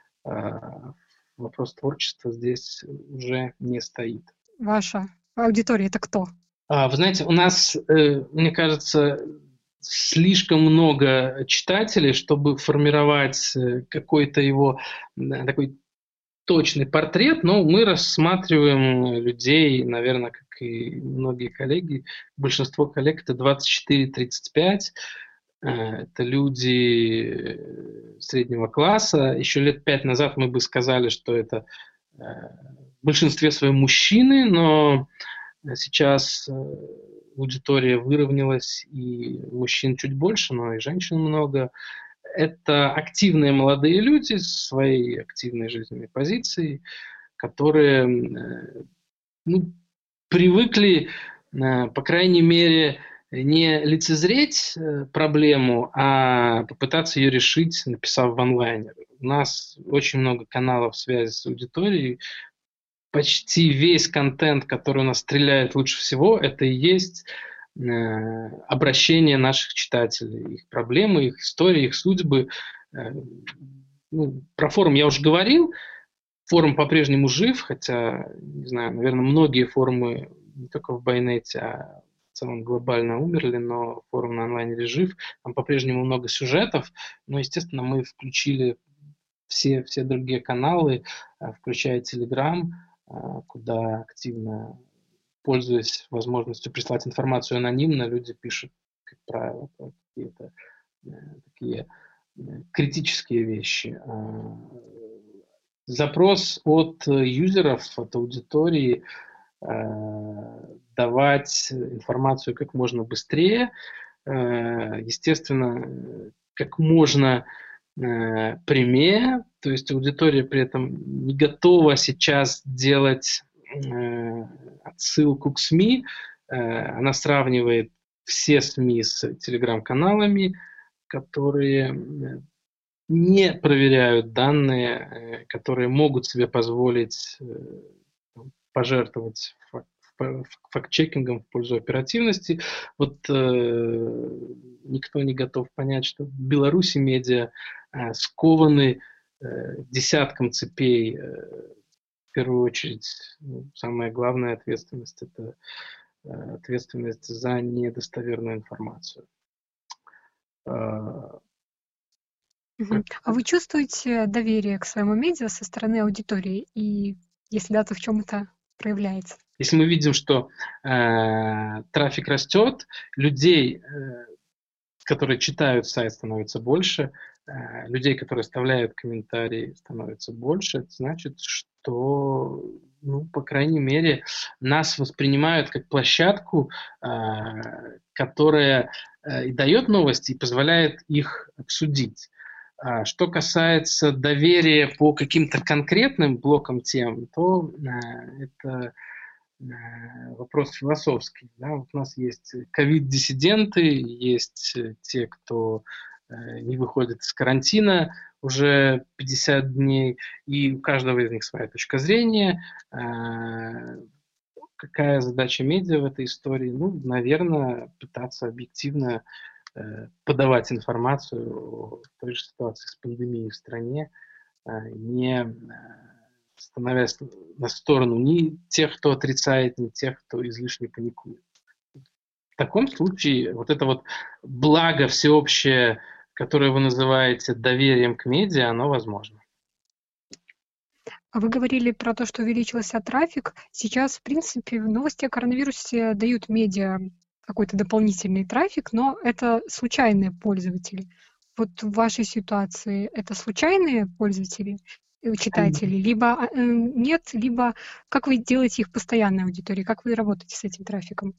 Вопрос творчества здесь уже не стоит. Ваша аудитория – это кто? Вы знаете, у нас, мне кажется, слишком много читателей, чтобы формировать какой-то его такой точный портрет, но мы рассматриваем людей, наверное, как и многие коллеги, большинство коллег это двадцать четыре тридцать пять, это люди среднего класса. Еще лет пять назад мы бы сказали, что это в большинстве своем мужчины, но сейчас аудитория выровнялась, и мужчин чуть больше, но и женщин много. Это активные молодые люди с своей активной жизненной позицией, которые ну, привыкли, по крайней мере, не лицезреть проблему, а попытаться ее решить, написав в онлайнер. У нас очень много каналов связи с аудиторией. Почти весь контент, который у нас стреляет лучше всего, это и есть э, обращение наших читателей, их проблемы, их истории, их судьбы. Э, ну, про форум я уже говорил. Форум по-прежнему жив, хотя, не знаю, наверное, многие форумы не только в Байнете, а в целом глобально умерли, но форум на онлайнере жив. Там по-прежнему много сюжетов, но, естественно, мы включили все, все другие каналы, включая Telegram, куда активно, пользуясь возможностью прислать информацию анонимно, люди пишут, как правило, какие-то такие критические вещи. Запрос от юзеров, от аудитории давать информацию как можно быстрее, естественно, как можно прямее, то есть аудитория при этом не готова сейчас делать отсылку к СМИ, она сравнивает все СМИ с телеграм-каналами, которые не проверяют данные, которые могут себе позволить пожертвовать факт-чекингом в пользу оперативности. Вот э, никто не готов понять, что в Беларуси медиа э, скованы э, десятком цепей. Э, в первую очередь, ну, самая главная ответственность – это э, ответственность за недостоверную информацию. Uh, а вы чувствуете доверие к своему медиа со стороны аудитории? И если да, то в чем это проявляется? Если мы видим, что э, трафик растет, людей, э, которые читают сайт, становится больше, э, людей, которые оставляют комментарии, становится больше, это значит, что, ну, по крайней мере, нас воспринимают как площадку, э, которая э, и дает новости, и позволяет их обсудить. Что касается доверия по каким-то конкретным блокам тем, то э, это вопрос философский. Да? Вот у нас есть ковид-диссиденты, есть те, кто э, не выходит из карантина уже пятьдесят дней, и у каждого из них своя точка зрения. Э, какая задача медиа в этой истории? Ну, наверное, пытаться объективно э, подавать информацию о той же ситуации с пандемией в стране, э, не становясь на сторону ни тех, кто отрицает, ни тех, кто излишне паникует. В таком случае вот это вот благо всеобщее, которое вы называете доверием к медиа, оно возможно. А вы говорили про то, что увеличился трафик. Сейчас, в принципе, новости о коронавирусе дают медиа какой-то дополнительный трафик, но это случайные пользователи. Вот в вашей ситуации это случайные пользователи, читатели, либо э, нет, либо как вы делаете их постоянной аудиторией, как вы работаете с этим трафиком?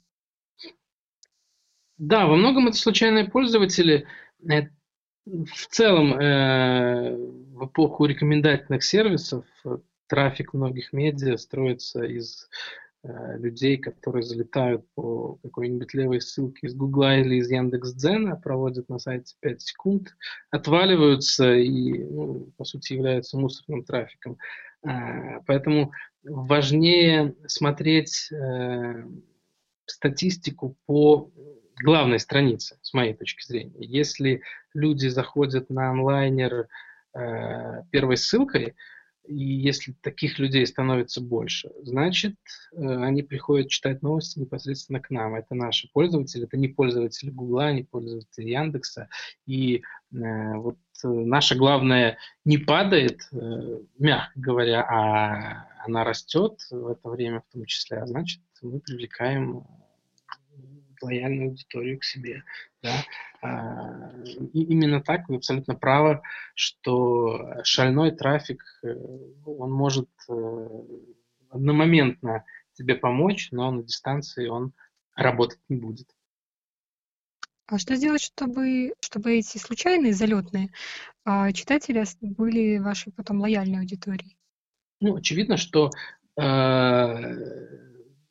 Да, во многом это случайные пользователи. В целом, э, в эпоху рекомендательных сервисов трафик многих медиа строится из э, людей, которые залетают по какой-нибудь левой ссылке из Гугла или из Яндекс.Дзена, проводят на сайте пять секунд, отваливаются и, ну, по сути, являются мусорным трафиком. Э, поэтому важнее смотреть э, статистику по главной странице, с моей точки зрения. Если люди заходят на онлайнер э, первой ссылкой, и если таких людей становится больше, значит, э, они приходят читать новости непосредственно к нам. Это наши пользователи, это не пользователи Гугла, не пользователи Яндекса. И э, вот э, наша главная не падает, э, мягко говоря, а она растет в это время в том числе, а значит, мы привлекаем лояльную аудиторию к себе. Да? И именно так, вы абсолютно правы, что шальной трафик, он может одномоментно тебе помочь, но на дистанции он работать не будет. А что сделать, чтобы, чтобы эти случайные, залетные читатели были вашей потом лояльной аудиторией? Ну, очевидно, что э,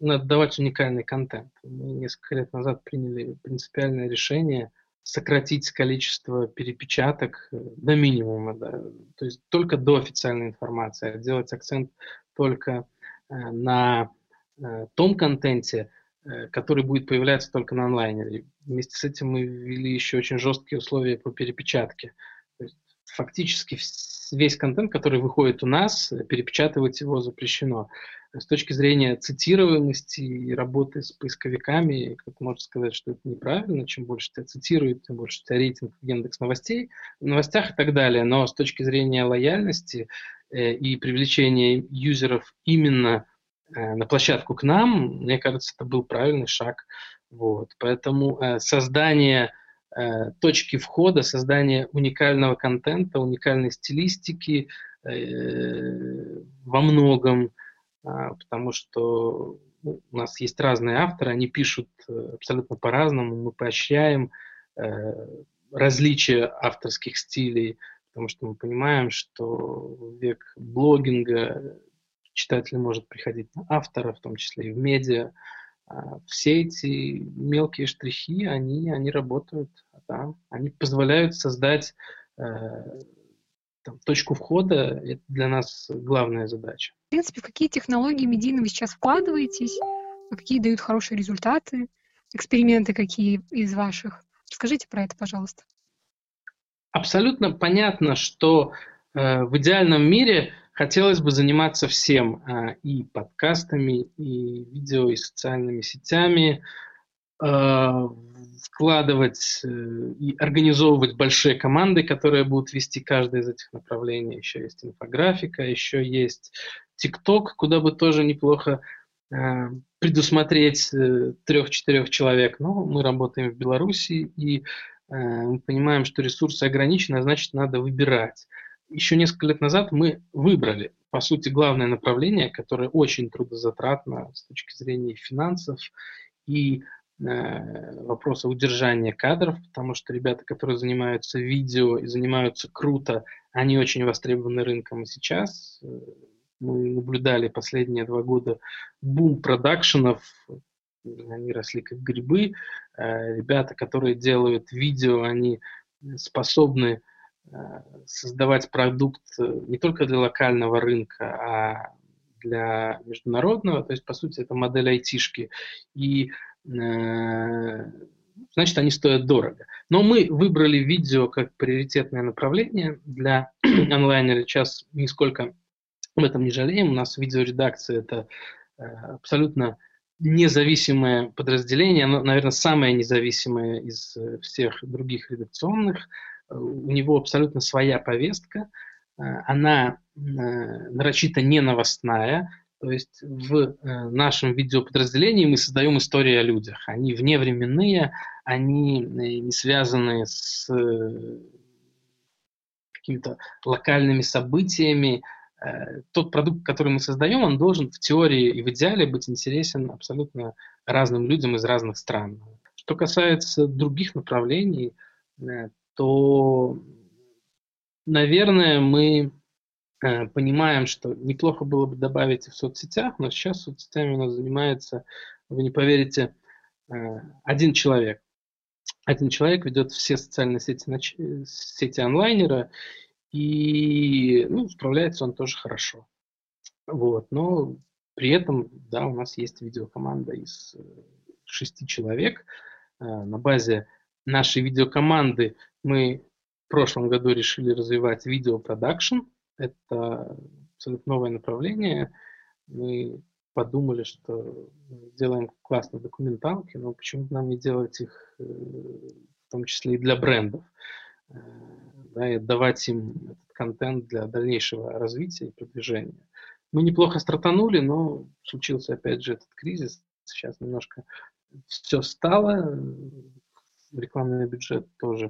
надо давать уникальный контент. Мы несколько лет назад приняли принципиальное решение сократить количество перепечаток до минимума, да, то есть только до официальной информации, а делать акцент только э, на э, том контенте, э, который будет появляться только на онлайнере. Вместе с этим мы ввели еще очень жесткие условия по перепечатке. То есть фактически весь контент, который выходит у нас, перепечатывать его запрещено. С точки зрения цитируемости и работы с поисковиками, кто-то может сказать, что это неправильно, чем больше тебя цитируют, тем больше у тебя рейтинг в Яндекс новостей, в новостях и так далее. Но с точки зрения лояльности э, и привлечения юзеров именно э, на площадку к нам, мне кажется, это был правильный шаг. Вот. Поэтому э, создание э, точки входа, создание уникального контента, уникальной стилистики э, во многом, потому что ну, у нас есть разные авторы, они пишут абсолютно по-разному, мы поощряем э, различия авторских стилей, потому что мы понимаем, что в век блогинга читатель может приходить на автора, в том числе и в медиа. А все эти мелкие штрихи, они, они работают, да, они позволяют создать э, там, точку входа, это для нас главная задача. В принципе, в какие технологии медийные вы сейчас вкладываетесь, какие дают хорошие результаты, эксперименты какие из ваших? Расскажите про это, пожалуйста. Абсолютно понятно, что э, в идеальном мире хотелось бы заниматься всем, э, и подкастами, и видео, и социальными сетями, э, вкладывать э, и организовывать большие команды, которые будут вести каждое из этих направлений. Еще есть инфографика, еще есть ТикТок, куда бы тоже неплохо э, предусмотреть э, трех-четырех человек. Но мы работаем в Беларуси, и э, мы понимаем, что ресурсы ограничены, а значит, надо выбирать. Еще несколько лет назад мы выбрали, по сути, главное направление, которое очень трудозатратно с точки зрения финансов и вопроса удержания кадров, потому что ребята, которые занимаются видео и занимаются круто, они очень востребованы рынком и сейчас. Мы наблюдали последние два года бум продакшенов, они росли как грибы. Ребята, которые делают видео, они способны создавать продукт не только для локального рынка, а для международного, то есть, по сути, это модель айтишки, и значит, они стоят дорого. Но мы выбрали видео как приоритетное направление для онлайнера. Сейчас нисколько об этом не жалеем. У нас видеоредакция – это абсолютно независимое подразделение, оно, наверное, самое независимое из всех других редакционных. У него абсолютно своя повестка. Она нарочито не новостная. То есть в нашем видеоподразделении мы создаем истории о людях. Они вневременные, они не связаны с какими-то локальными событиями. Тот продукт, который мы создаем, он должен в теории и в идеале быть интересен абсолютно разным людям из разных стран. Что касается других направлений, то, наверное, мы понимаем, что неплохо было бы добавить и в соцсетях, но сейчас соцсетями у нас занимается, вы не поверите, один человек. Один человек ведет все социальные сети, сети онлайнера, и ну, справляется он тоже хорошо. Вот. Но при этом, да, у нас есть видеокоманда из шести человек. На базе нашей видеокоманды мы в прошлом году решили развивать видеопродакшн. Это абсолютно новое направление. Мы подумали, что делаем классные документалки, но почему бы нам не делать их в том числе и для брендов, да, и отдавать им этот контент для дальнейшего развития и продвижения. Мы неплохо стартанули, но случился опять же этот кризис. Сейчас немножко все стало. Рекламный бюджет тоже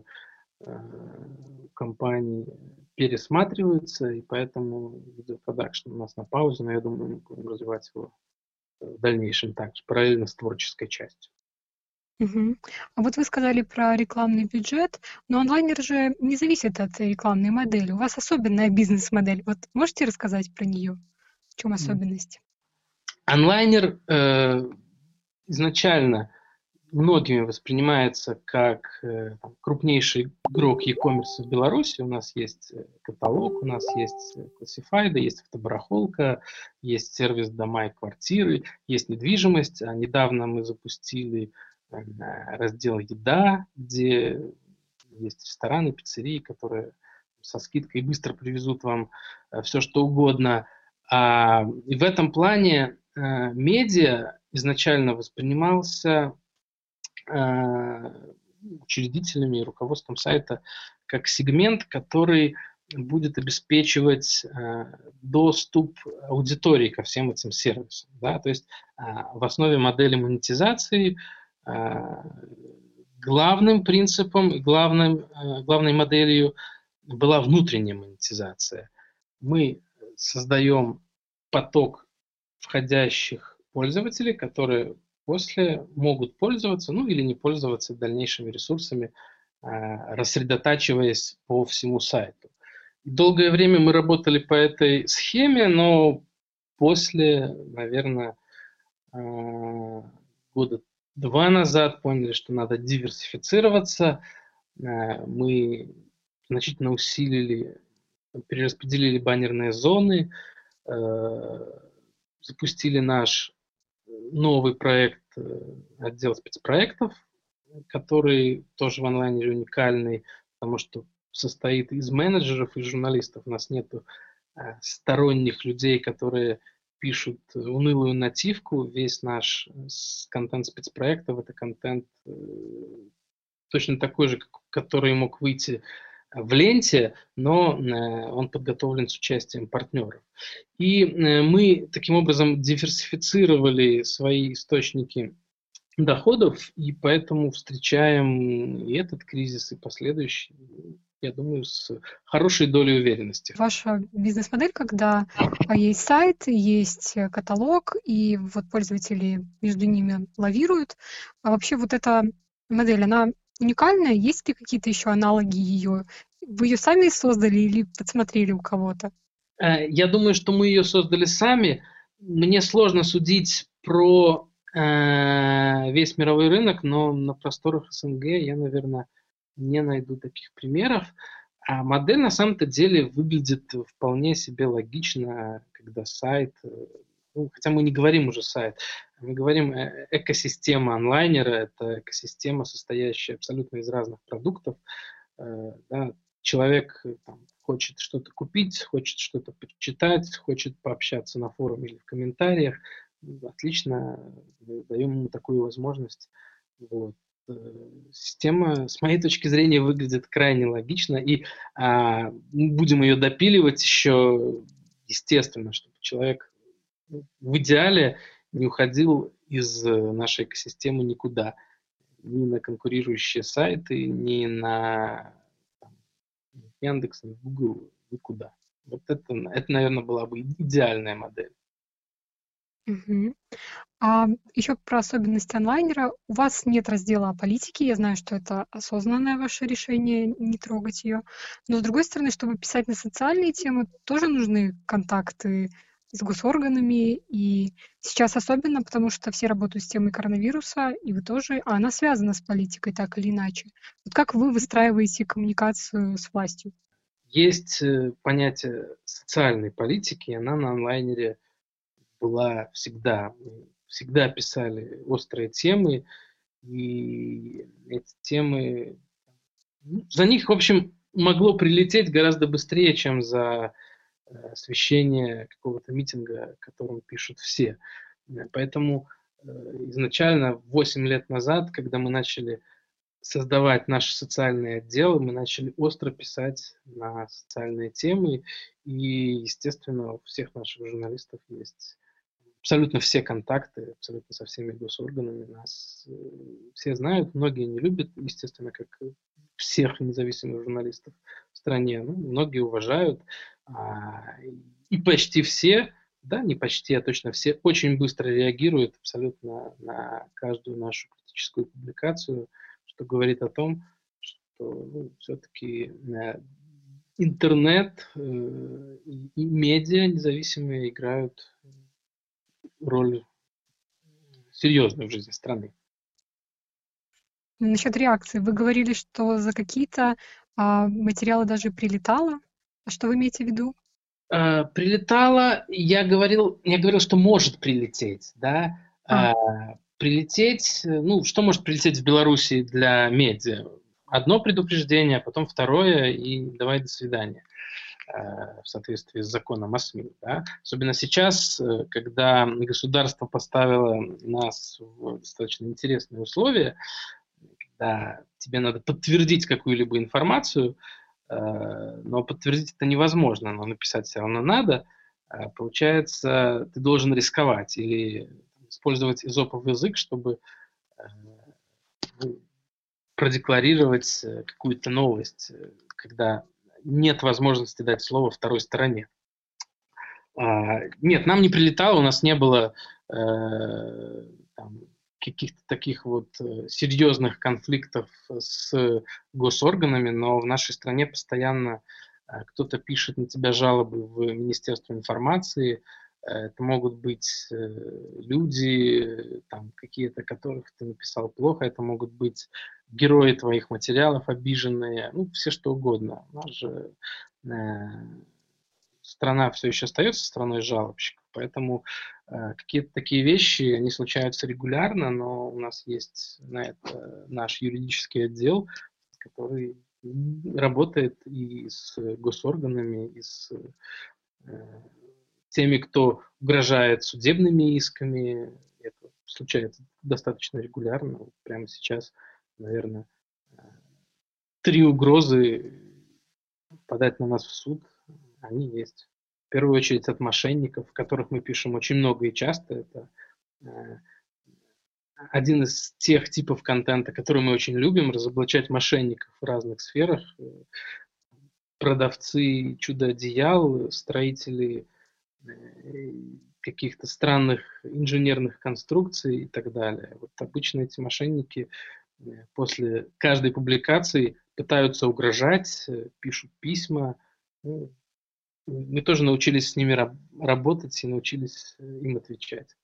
компании пересматривается, и поэтому видеопродакшн у нас на паузе, но я думаю, мы будем развивать его в дальнейшем также, параллельно с творческой частью. Угу. А вот вы сказали про рекламный бюджет, но онлайнер же не зависит от рекламной модели. У вас особенная бизнес-модель. Вот можете рассказать про нее? В чем особенность? Онлайнер э, изначально многими воспринимается как э, там, крупнейший игрок e-commerce в Беларуси. У нас есть э, каталог, у нас есть э, классифайды, есть автобарахолка, есть сервис дома и квартиры, есть недвижимость. А недавно мы запустили э, раздел «Еда», где есть рестораны, пиццерии, которые со скидкой быстро привезут вам э, все, что угодно. А, и в этом плане э, медиа изначально воспринимался э, учредителями и руководством сайта как сегмент, который будет обеспечивать э, доступ аудитории ко всем этим сервисам. Да? То есть э, в основе модели монетизации э, главным принципом и главным, э, главной моделью была внутренняя монетизация. Мы создаем поток входящих пользователей, которые после могут пользоваться, ну или не пользоваться дальнейшими ресурсами, рассредотачиваясь по всему сайту. Долгое время мы работали по этой схеме, но после, наверное, года два назад поняли, что надо диверсифицироваться. Мы значительно усилили, перераспределили баннерные зоны, запустили наш новый проект, отдел спецпроектов, который тоже в онлайне уникальный, потому что состоит из менеджеров и журналистов. У нас нет сторонних людей, которые пишут унылую нативку. Весь наш контент спецпроектов – это контент точно такой же, который мог выйти в ленте, но он подготовлен с участием партнеров. И мы таким образом диверсифицировали свои источники доходов, и поэтому встречаем и этот кризис, и последующий, я думаю, с хорошей долей уверенности. Ваша бизнес-модель, когда есть сайт, есть каталог, и вот пользователи между ними лавируют. А вообще вот эта модель, она уникальная? Есть ли какие-то еще аналоги ее? Вы ее сами создали или подсмотрели у кого-то? Я думаю, что мы ее создали сами. Мне сложно судить про э, весь мировой рынок, но на просторах СНГ я, наверное, не найду таких примеров. А модель на самом-то деле выглядит вполне себе логично, когда сайт, ну, хотя мы не говорим уже сайт, мы говорим экосистема онлайнера, это экосистема, состоящая абсолютно из разных продуктов. Да, человек там, хочет что-то купить, хочет что-то почитать, хочет пообщаться на форуме или в комментариях. Отлично, даем ему такую возможность. Вот. Система, с моей точки зрения, выглядит крайне логично, и а, мы будем ее допиливать еще, естественно, чтобы человек в идеале не уходил из нашей экосистемы никуда, ни на конкурирующие сайты, ни на Яндекс, ни Google, никуда. Вот это, это, наверное, была бы идеальная модель. Угу. А еще про особенности онлайнера. У вас нет раздела о политике. Я знаю, что это осознанное ваше решение не трогать ее. Но, с другой стороны, чтобы писать на социальные темы, тоже нужны контакты с госорганами. И сейчас особенно, потому что все работают с темой коронавируса, и вы тоже, а она связана с политикой так или иначе. Вот как вы выстраиваете коммуникацию с властью? Есть понятие социальной политики, и она на онлайнере была всегда. Мы всегда писали острые темы, и эти темы, ну, за них, в общем, могло прилететь гораздо быстрее, чем за освещение какого-то митинга, о котором пишут все. Поэтому изначально, восемь лет назад, когда мы начали создавать наши социальные отделы, мы начали остро писать на социальные темы, и, естественно, у всех наших журналистов есть абсолютно все контакты, абсолютно со всеми госорганами. Нас все знают, многие не любят, естественно, как всех независимых журналистов в стране. Ну, многие уважают, и почти все, да, не почти, а точно все, очень быстро реагируют абсолютно на каждую нашу критическую публикацию, что говорит о том, что ну, все-таки интернет э, и медиа независимые играют роль серьезную в жизни страны. Насчет реакции. Вы говорили, что за какие-то а, материалы даже прилетало. А что вы имеете в виду? Э, прилетало, я говорил, я говорил, что может прилететь, да. А, Э, прилететь, ну, что может прилететь в Беларуси для медиа? Одно предупреждение, а потом второе, и давай до свидания, э, в соответствии с законом о СМИ. Да? Особенно сейчас, э, когда государство поставило нас в достаточно интересные условия, когда тебе надо подтвердить какую-либо информацию, э, но подтвердить это невозможно, но написать все равно надо. Э, Получается, ты должен рисковать или использовать эзопов язык, чтобы э, ну, продекларировать э, какую-то новость, э, когда нет возможности дать слово второй стороне. А, Нет, нам не прилетало, у нас не было э, там, каких-то таких вот э, серьезных конфликтов с госорганами, но в нашей стране постоянно э, кто-то пишет на тебя жалобы в Министерство информации. Э, Это могут быть э, люди, э, там, какие-то, которых ты написал плохо, это могут быть герои твоих материалов, обиженные, ну, все что угодно. У нас же э, страна все еще остается страной жалобщиков, поэтому э, какие-то такие вещи, они случаются регулярно, но у нас есть на это наш юридический отдел, который работает и с госорганами, и с э, теми, кто угрожает судебными исками. Это случается достаточно регулярно. Вот прямо сейчас, наверное, э, три угрозы подать на нас в суд, они есть. В первую очередь от мошенников, которых мы пишем очень много и часто. Это э, один из тех типов контента, который мы очень любим, разоблачать мошенников в разных сферах. Э, Продавцы чудо-одеял, строители э, каких-то странных инженерных конструкций и так далее. Вот обычно эти мошенники э, после каждой публикации пытаются угрожать, э, пишут письма. Ну, мы тоже научились с ними раб- работать и научились э, им отвечать.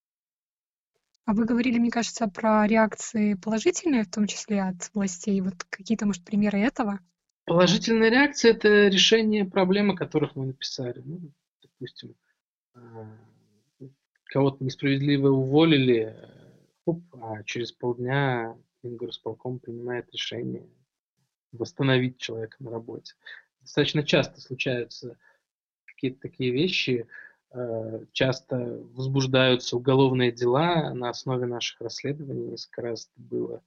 а вы говорили, мне кажется, про реакции положительные, в том числе от властей. Вот какие-то, может, примеры этого? Положительная реакция – это решение проблем, о которых мы написали. Ну, допустим, э, кого-то несправедливо уволили, э, хоп, а через полдня Мингорисполком принимает решение восстановить человека на работе. Достаточно часто случаются какие-то такие вещи, э, часто возбуждаются уголовные дела на основе наших расследований. Несколько раз это было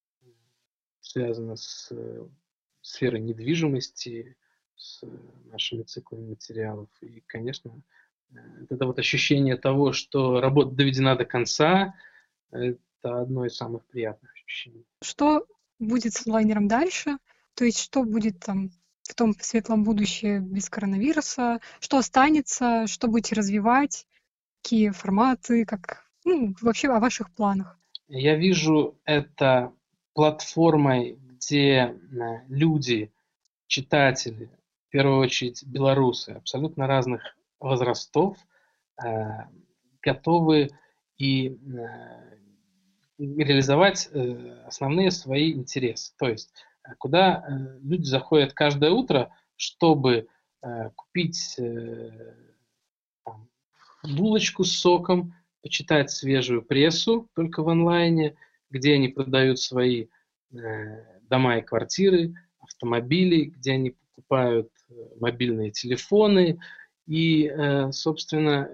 связано с э, сферой недвижимости, с нашими циклами материалов. И, конечно, э, это вот ощущение того, что работа доведена до конца, это одно из самых приятных ощущений. Что будет с онлайнером дальше? То есть что будет там в том светлом будущем без коронавируса? Что останется? Что будете развивать? Какие форматы? Как, ну, вообще о ваших планах? Я вижу это платформой, где э, люди, читатели, в первую очередь белорусы, абсолютно разных возрастов, э, готовы и э, реализовать э, основные свои интересы. То есть э, куда э, люди заходят каждое утро, чтобы э, купить э, там, булочку с соком, почитать свежую прессу только в онлайне, где они продают свои э, дома и квартиры, автомобили, где они покупают э, мобильные телефоны. И, э, собственно,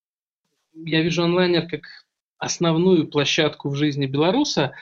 я вижу онлайнер как основную площадку в жизни белоруса,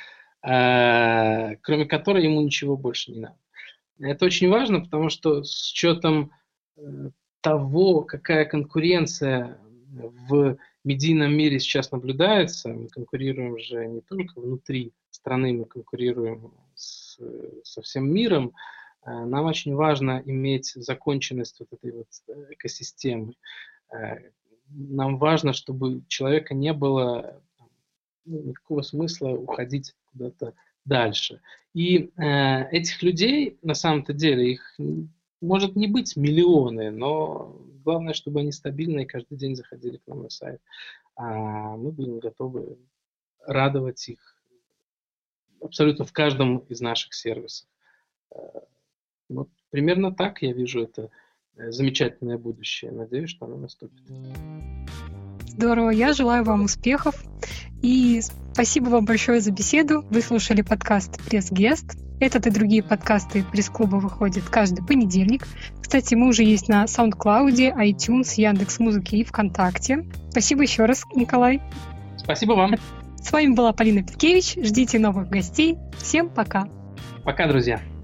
э, кроме которой ему ничего больше не надо. Это очень важно, потому что с учетом э, того, какая конкуренция в медийном мире сейчас наблюдается, мы конкурируем же не только внутри страны, мы конкурируем с, со всем миром, э, нам очень важно иметь законченность вот этой вот экосистемы. Э, Нам важно, чтобы у человека не было ну, никакого смысла уходить куда-то дальше. И э, этих людей, на самом-то деле, их может не быть миллионы, но главное, чтобы они стабильно и каждый день заходили к нам на сайт. А мы будем готовы радовать их абсолютно в каждом из наших сервисов. Вот примерно так я вижу это замечательное будущее. Надеюсь, что оно наступит. Здорово. Я желаю вам успехов. И спасибо вам большое за беседу. Вы слушали подкаст «Пресс-гест». Этот и другие подкасты пресс-клуба выходят каждый понедельник. Кстати, мы уже есть на SoundCloud, iTunes, Яндекс.Музыке и ВКонтакте. Спасибо еще раз, Николай. Спасибо вам. С вами была Полина Петкевич. Ждите новых гостей. Всем пока. Пока, друзья.